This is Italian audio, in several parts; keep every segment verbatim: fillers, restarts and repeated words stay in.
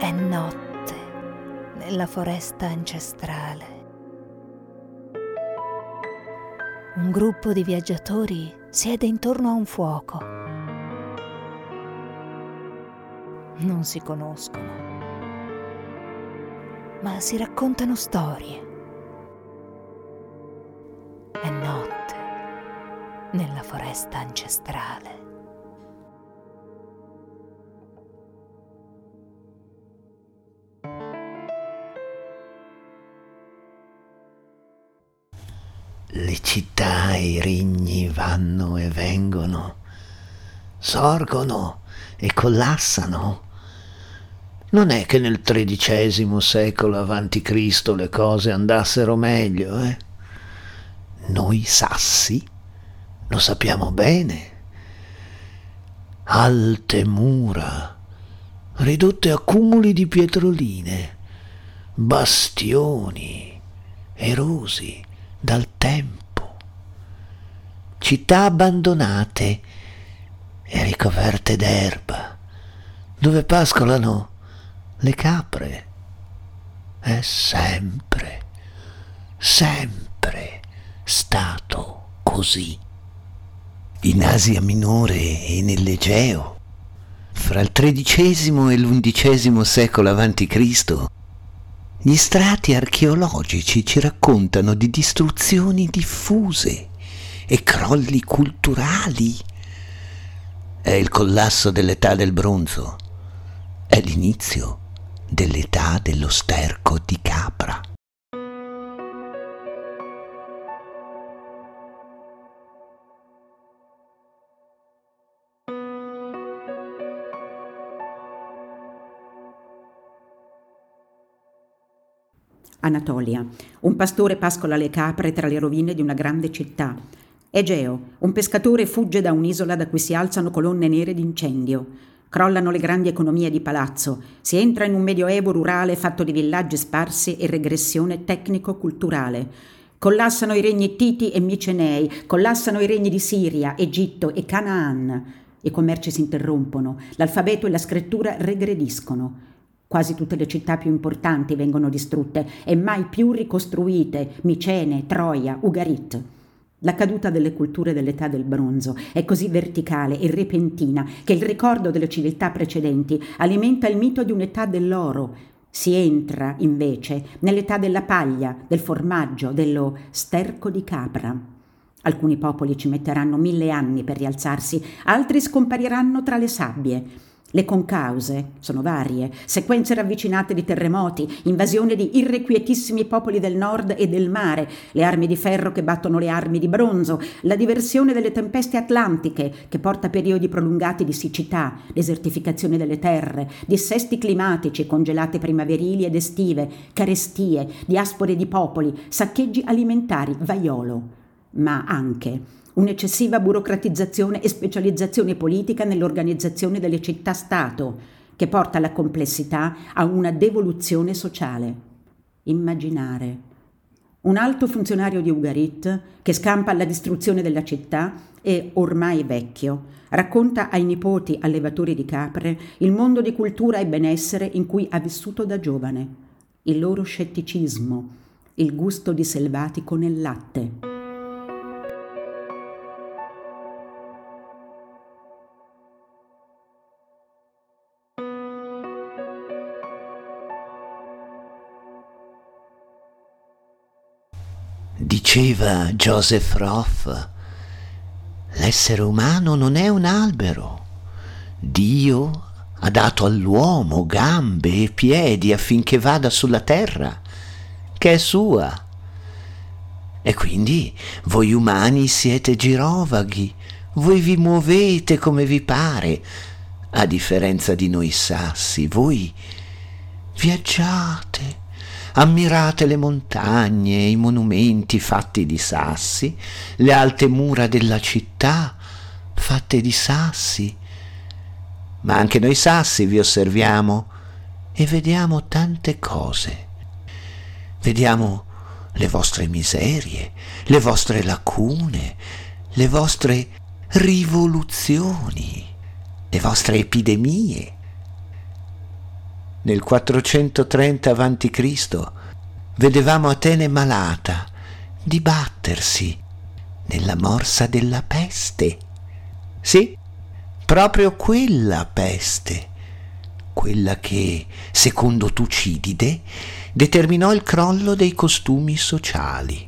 È notte nella foresta ancestrale. Un gruppo di viaggiatori siede intorno a un fuoco. Non si conoscono, ma si raccontano storie. È notte nella foresta ancestrale. Le città e i regni vanno e vengono, sorgono e collassano. Non è che nel tredicesimo secolo avanti Cristo le cose andassero meglio, eh? Noi sassi lo sappiamo bene. Alte mura, ridotte a cumuli di pietroline, bastioni erosi dal tempo, città abbandonate e ricoperte d'erba, dove pascolano le capre. È sempre, sempre stato così. In Asia Minore e nell'Egeo, fra il tredicesimo e l'undicesimo secolo avanti Cristo, gli strati archeologici ci raccontano di distruzioni diffuse e crolli culturali. È il collasso dell'età del bronzo, è l'inizio dell'età dello sterco di capra. Anatolia. Un pastore pascola le capre tra le rovine di una grande città. Egeo. Un pescatore fugge da un'isola da cui si alzano colonne nere d'incendio. Crollano le grandi economie di palazzo. Si entra in un medioevo rurale fatto di villaggi sparsi e regressione tecnico-culturale. Collassano i regni Ittiti e Micenei. Collassano i regni di Siria, Egitto e Canaan. I commerci si interrompono. L'alfabeto e la scrittura regrediscono. Quasi tutte le città più importanti vengono distrutte e mai più ricostruite: Micene, Troia, Ugarit. La caduta delle culture dell'età del bronzo è così verticale e repentina che il ricordo delle civiltà precedenti alimenta il mito di un'età dell'oro. Si entra, invece, nell'età della paglia, del formaggio, dello sterco di capra. Alcuni popoli ci metteranno mille anni per rialzarsi, altri scompariranno tra le sabbie. Le concause sono varie, sequenze ravvicinate di terremoti, invasione di irrequietissimi popoli del nord e del mare, le armi di ferro che battono le armi di bronzo, la diversione delle tempeste atlantiche che porta periodi prolungati di siccità, desertificazione delle terre, dissesti climatici, congelate primaverili ed estive, carestie, diaspore di popoli, saccheggi alimentari, vaiolo, ma anche un'eccessiva burocratizzazione e specializzazione politica nell'organizzazione delle città-stato, che porta alla complessità a una devoluzione sociale. Immaginare. Un alto funzionario di Ugarit, che scampa alla distruzione della città e, ormai vecchio, racconta ai nipoti allevatori di capre il mondo di cultura e benessere in cui ha vissuto da giovane, il loro scetticismo, il gusto di selvatico nel latte. Diceva Joseph Roth, l'essere umano non è un albero. Dio ha dato all'uomo gambe e piedi affinché vada sulla terra, che è sua. E quindi voi umani siete girovaghi, voi vi muovete come vi pare. A differenza di noi sassi, voi viaggiate. Ammirate le montagne e i monumenti fatti di sassi, le alte mura della città fatte di sassi. Ma anche noi sassi vi osserviamo e vediamo tante cose. Vediamo le vostre miserie, le vostre lacune, le vostre rivoluzioni, le vostre epidemie. nel quattrocentotrenta avanti Cristo vedevamo Atene malata, dibattersi nella morsa della peste. Sì, proprio quella peste, quella che, secondo Tucidide, determinò il crollo dei costumi sociali.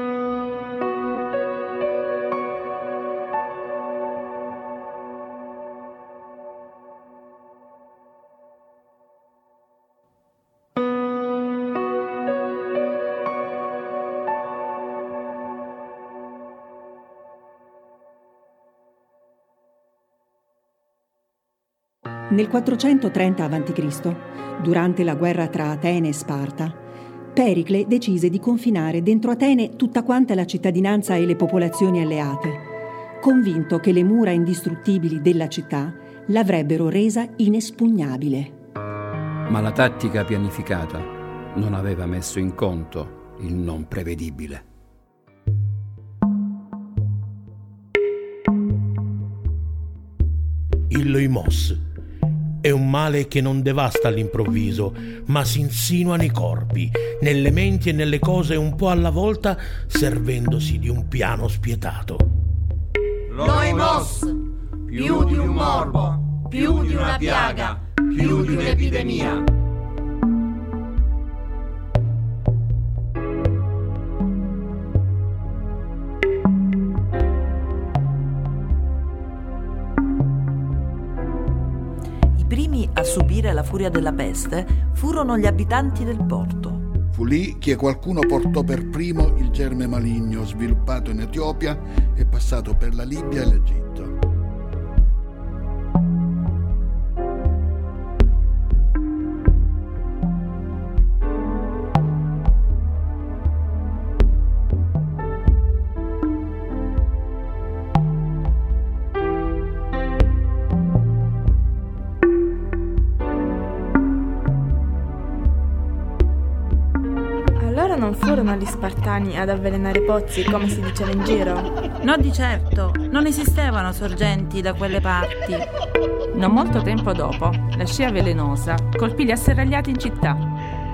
Nel quattrocentotrenta avanti Cristo, durante la guerra tra Atene e Sparta, Pericle decise di confinare dentro Atene tutta quanta la cittadinanza e le popolazioni alleate, convinto che le mura indistruttibili della città l'avrebbero resa inespugnabile. Ma la tattica pianificata non aveva messo in conto il non prevedibile. Il loimos è un male che non devasta all'improvviso, ma si insinua nei corpi, nelle menti e nelle cose un po' alla volta, servendosi di un piano spietato. Loimos, più di un morbo, più di una piaga, più di un'epidemia. I primi a subire la furia della peste furono gli abitanti del porto. Fu lì che qualcuno portò per primo il germe maligno sviluppato in Etiopia e passato per la Libia e l'Egitto. Non furono gli Spartani ad avvelenare i pozzi, come si diceva in giro? No, di certo, non esistevano sorgenti da quelle parti. Non molto tempo dopo, la scia velenosa colpì gli asserragliati in città.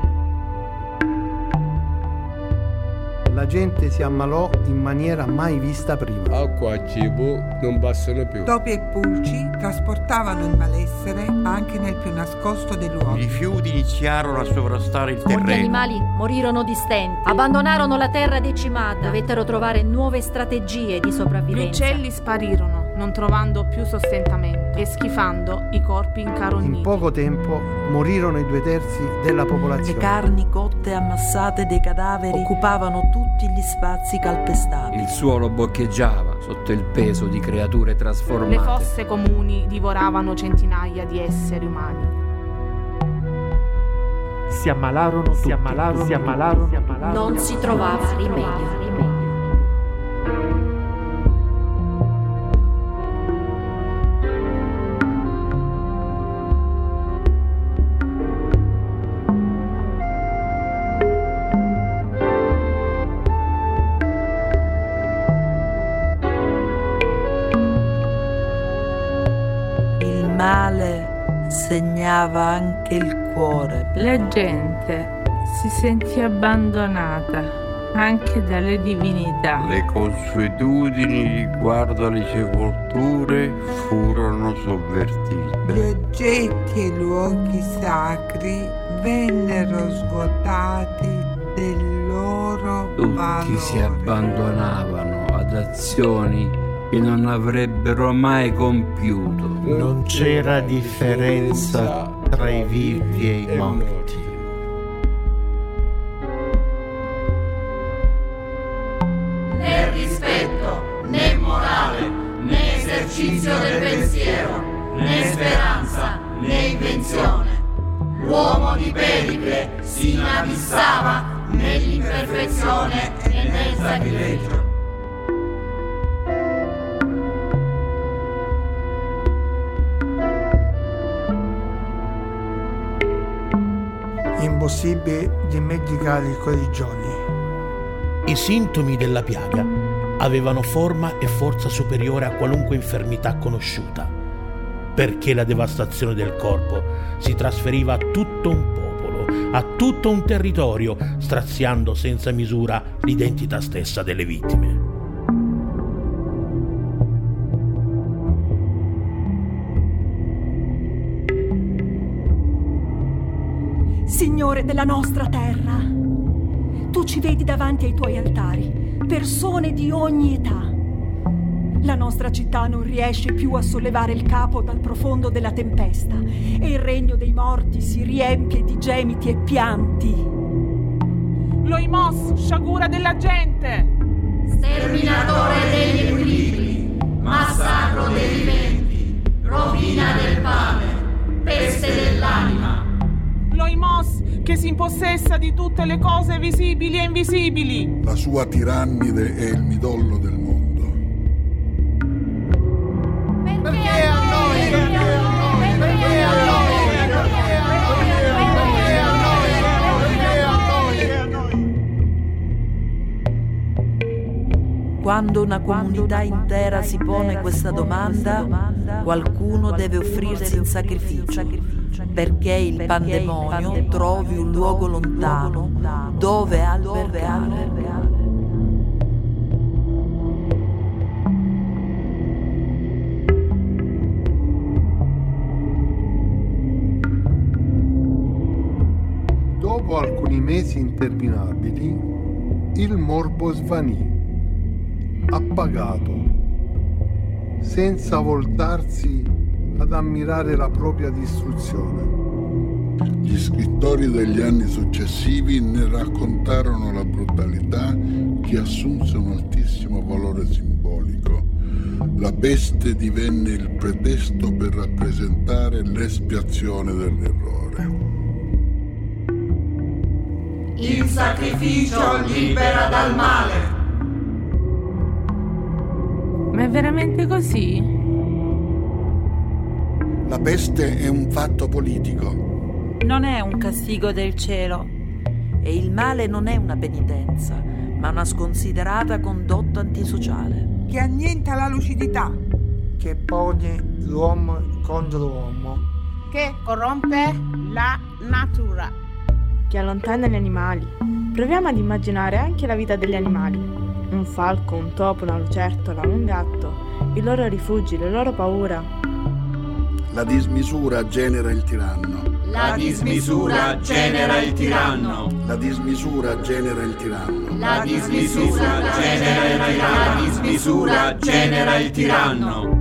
La gente si ammalò in maniera mai vista prima. Acqua e cibo non passano più. Topi e pulci trasportavano il malessere anche nel più nascosto dei luoghi. I rifiuti iniziarono a sovrastare il terreno. Molti animali morirono di stenti, abbandonarono la terra decimata, dovettero trovare nuove strategie di sopravvivenza. Gli uccelli sparirono, non trovando più sostentamento e schifando i corpi incarogniti. In poco tempo morirono i due terzi della popolazione. Le carni cotte e ammassate dei cadaveri occupavano tutti gli spazi calpestati. Il suolo boccheggiava sotto il peso di creature trasformate. Le fosse comuni divoravano centinaia di esseri umani. Si ammalarono tutti, si ammalarono, si ammalarono, si ammalarono. Non si trovava rimedio. Il male segnava anche il cuore. La gente si sentì abbandonata anche dalle divinità. Le consuetudini riguardo alle sepolture furono sovvertite. Gli oggetti e i luoghi sacri vennero svuotati del loro Tutti valore. Tutti si abbandonavano ad azioni che non avrebbero mai compiuto. Non c'era differenza tra i vivi e i morti. Né rispetto, né morale, né esercizio del pensiero, né speranza, né invenzione. L'uomo di Pericle si inabissava nell'imperfezione e nel sacrilegio. Impossibile dimenticare i quei giorni. I sintomi della piaga avevano forma e forza superiore a qualunque infermità conosciuta. perché la devastazione del corpo si trasferiva a tutto un popolo, a tutto un territorio, straziando senza misura l'identità stessa delle vittime. Signore della nostra terra, tu ci vedi davanti ai tuoi altari, persone di ogni età. La nostra città non riesce più a sollevare il capo dal profondo della tempesta e il regno dei morti si riempie di gemiti e pianti. Loimos, sciagura della gente! Sterminatore degli equilibri, massacro dei viventi, rovina del pane, peste dell'anima. Loimos, che si impossessa di tutte le cose visibili e invisibili. La sua tirannide è il midollo del mondo. Perché a noi? Perché a noi? Perché a noi? Quando una comunità intera si pone questa domanda, qualcuno deve offrirsi in sacrificio perché il pandemonio trovi un luogo lontano dove albergare. Dopo alcuni mesi interminabili, il morbo svanì, appagato, senza voltarsi ad ammirare la propria distruzione. Gli scrittori degli anni successivi ne raccontarono la brutalità che assunse un altissimo valore simbolico. La peste divenne il pretesto per rappresentare l'espiazione dell'errore. Il sacrificio libera dal male. Ma è veramente così? La peste è un fatto politico. Non è un castigo del cielo. E il male non è una penitenza, ma una sconsiderata condotta antisociale. Che annienta la lucidità. Che pone l'uomo contro l'uomo. Che corrompe la natura. Che allontana gli animali. Proviamo ad immaginare anche la vita degli animali. Un falco, un topo, una lucertola, un gatto, i loro rifugi, le loro paure. La dismisura genera il tiranno. La dismisura genera il tiranno. La dismisura genera il tiranno. La dismisura genera il tiranno. La dismisura genera il tiranno.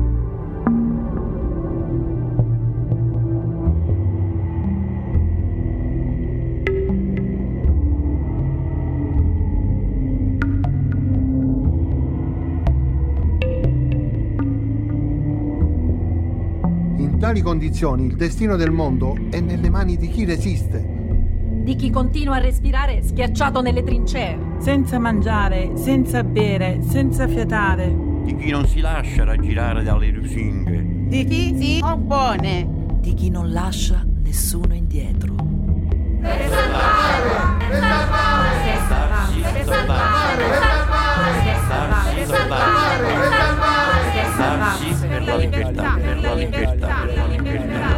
In tali condizioni il destino del mondo è nelle mani di chi resiste. Di chi continua a respirare schiacciato nelle trincee. Senza mangiare, senza bere, senza fiatare. Di chi non si lascia raggirare dalle lusinghe. Di chi si oppone. Di chi non lascia nessuno indietro. Per salvare! Per salvare! Per salvare! Per salvare! Per salvare! Per salvare! Per salvare! Per la libertà, per la libertà, per la libertà.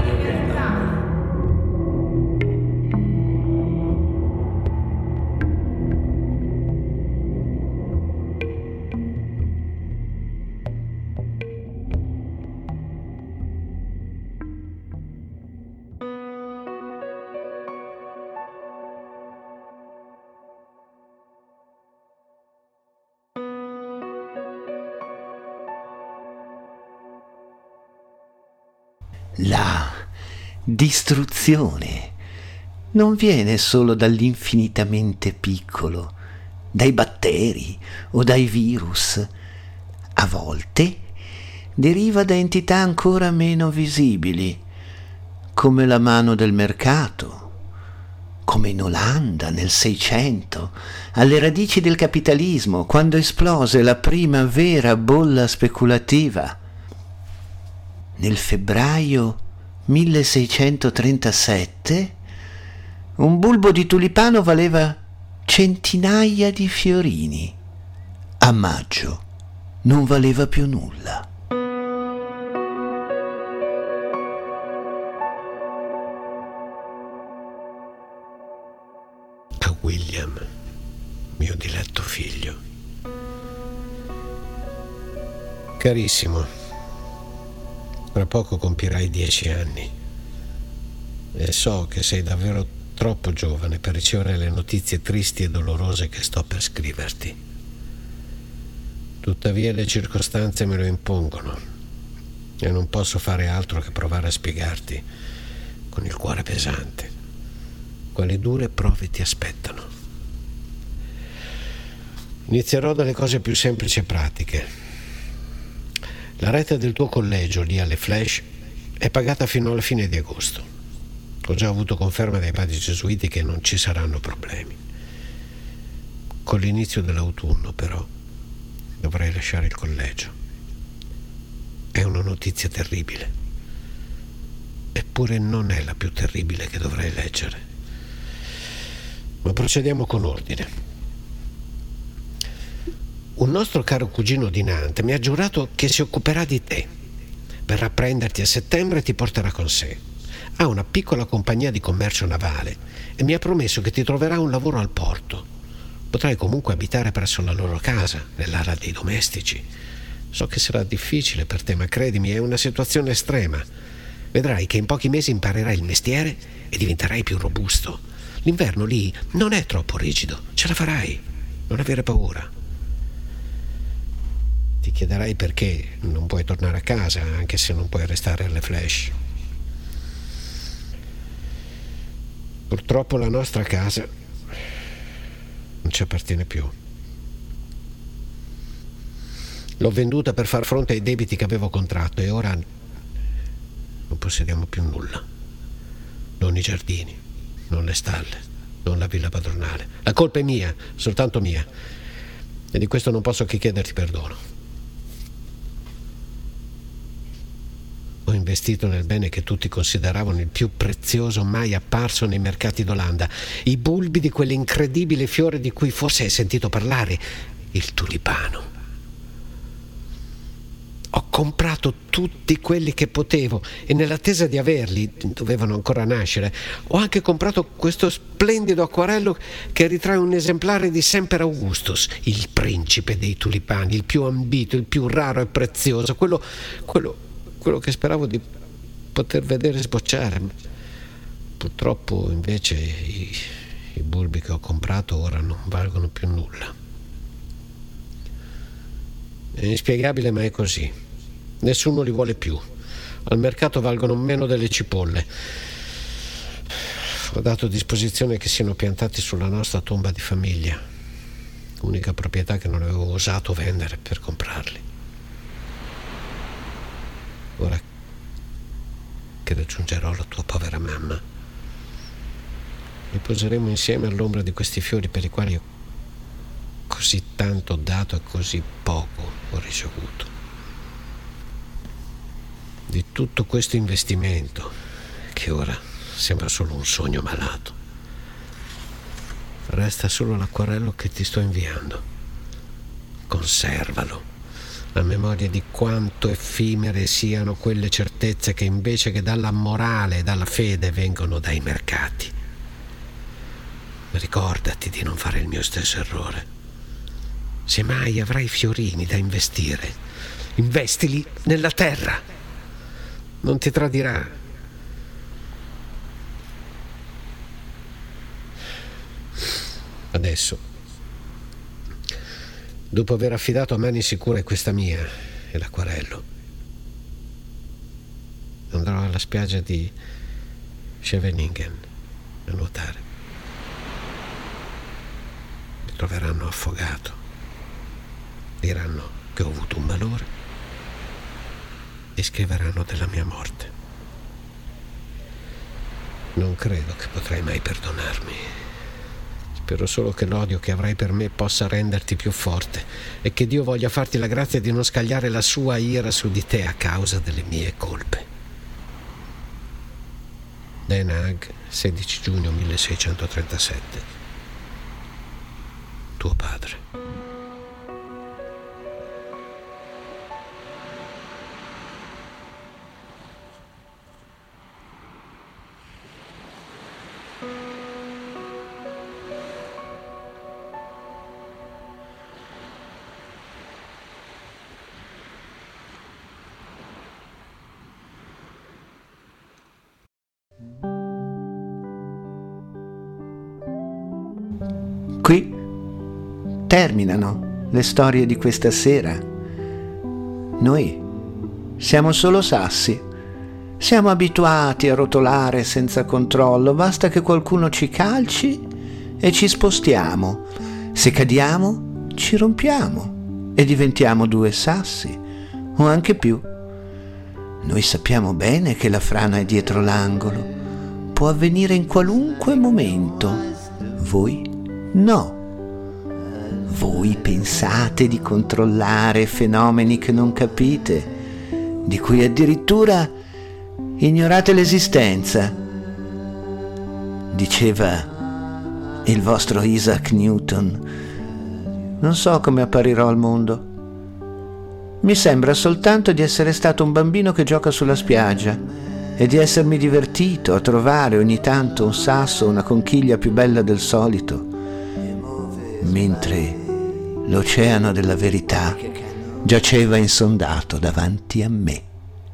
La distruzione non viene solo dall'infinitamente piccolo, dai batteri o dai virus. A volte deriva da entità ancora meno visibili, come la mano del mercato, come in Olanda nel Seicento, alle radici del capitalismo, quando esplose la prima vera bolla speculativa. Nel febbraio milleseicentotrentasette un bulbo di tulipano valeva centinaia di fiorini. A maggio non valeva più nulla. William, mio diletto figlio. Carissimo, tra poco compirai dieci anni e so che sei davvero troppo giovane per ricevere le notizie tristi e dolorose che sto per scriverti. Tuttavia le circostanze me lo impongono e non posso fare altro che provare a spiegarti, con il cuore pesante, quali dure prove ti aspettano. Inizierò dalle cose più semplici e pratiche. La rete del tuo collegio lì alle Flash è pagata fino alla fine di agosto. Ho già avuto conferma dai padri gesuiti che non ci saranno problemi. Con l'inizio dell'autunno, però, dovrai lasciare il collegio. È una notizia terribile. Eppure non è la più terribile che dovrai leggere. Ma procediamo con ordine. Un nostro caro cugino di Nantes mi ha giurato che si occuperà di te. Verrà a prenderti a settembre e ti porterà con sé. Ha una piccola compagnia di commercio navale e mi ha promesso che ti troverà un lavoro al porto. Potrai comunque abitare presso la loro casa, nell'area dei domestici. So che sarà difficile per te, ma credimi, è una situazione estrema. Vedrai che in pochi mesi imparerai il mestiere e diventerai più robusto. L'inverno lì non è troppo rigido, ce la farai, non avere paura. Ti chiederai perché non puoi tornare a casa, anche se non puoi restare alle Flash. Purtroppo la nostra casa non ci appartiene più. L'ho venduta per far fronte ai debiti che avevo contratto e ora non possediamo più nulla. Non i giardini, non le stalle, non la villa padronale. La colpa è mia, soltanto mia. E di questo non posso che chiederti perdono. Ho investito nel bene che tutti consideravano il più prezioso mai apparso nei mercati d'Olanda, i bulbi di quell'incredibile fiore di cui forse hai sentito parlare, il tulipano. Ho comprato tutti quelli che potevo e nell'attesa di averli, dovevano ancora nascere, ho anche comprato questo splendido acquarello che ritrae un esemplare di Semper Augustus, il principe dei tulipani, il più ambito, il più raro e prezioso, quello... quello quello che speravo di poter vedere sbocciare. Purtroppo invece i, i bulbi che ho comprato ora non valgono più nulla. È inspiegabile, ma è così. Nessuno li vuole più. Al mercato valgono meno delle cipolle. Ho dato disposizione che siano piantati sulla nostra tomba di famiglia, unica proprietà che non avevo osato vendere per comprarli. Ora che raggiungerò la tua povera mamma, riposeremo insieme all'ombra di questi fiori per i quali ho così tanto dato e così poco ho ricevuto. Di tutto questo investimento, che ora sembra solo un sogno malato, resta solo l'acquarello che ti sto inviando. Conservalo, a memoria di quanto effimere siano quelle certezze che invece che dalla morale e dalla fede vengono dai mercati. Ricordati di non fare il mio stesso errore. Se mai avrai fiorini da investire, investili nella terra. Non ti tradirà. Adesso, dopo aver affidato a mani sicure questa mia e l'acquarello, andrò alla spiaggia di Scheveningen a nuotare. Mi troveranno affogato. Diranno che ho avuto un malore e scriveranno della mia morte. Non credo che potrai mai perdonarmi. Spero solo che l'odio che avrai per me possa renderti più forte e che Dio voglia farti la grazia di non scagliare la sua ira su di te a causa delle mie colpe. Den Haag, sedici giugno milleseicentotrentasette. Tuo padre. Qui terminano le storie di questa sera. Noi siamo solo sassi. Siamo abituati a rotolare senza controllo. Basta che qualcuno ci calci e ci spostiamo. Se cadiamo, ci rompiamo e diventiamo due sassi, o anche più. Noi sappiamo bene che la frana è dietro l'angolo. Può avvenire in qualunque momento. Voi no. Voi pensate di controllare fenomeni che non capite, di cui addirittura ignorate l'esistenza. Diceva il vostro Isaac Newton: non so come apparirò al mondo. Mi sembra soltanto di essere stato un bambino che gioca sulla spiaggia e di essermi divertito a trovare ogni tanto un sasso o una conchiglia più bella del solito, mentre l'oceano della verità giaceva insondato davanti a me.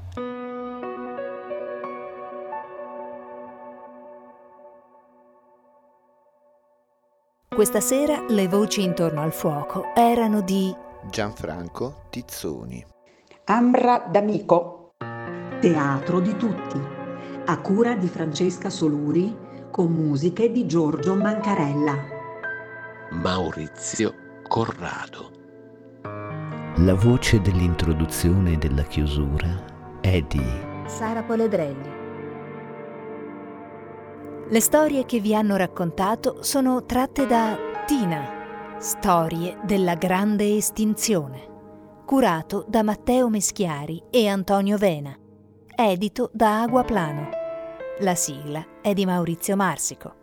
Questa sera le voci intorno al fuoco erano di Gianfranco Tizzoni, Ambra D'Amico, Teatro di tutti, a cura di Francesca Soluri, con musiche di Giorgio Mancarella. Maurizio Corrado. La voce dell'introduzione e della chiusura è di Sara Poledrelli. Le storie che vi hanno raccontato sono tratte da Tina, Storie della grande estinzione, curato da Matteo Meschiari e Antonio Vena, edito da Aguaplano. La sigla è di Maurizio Marsico.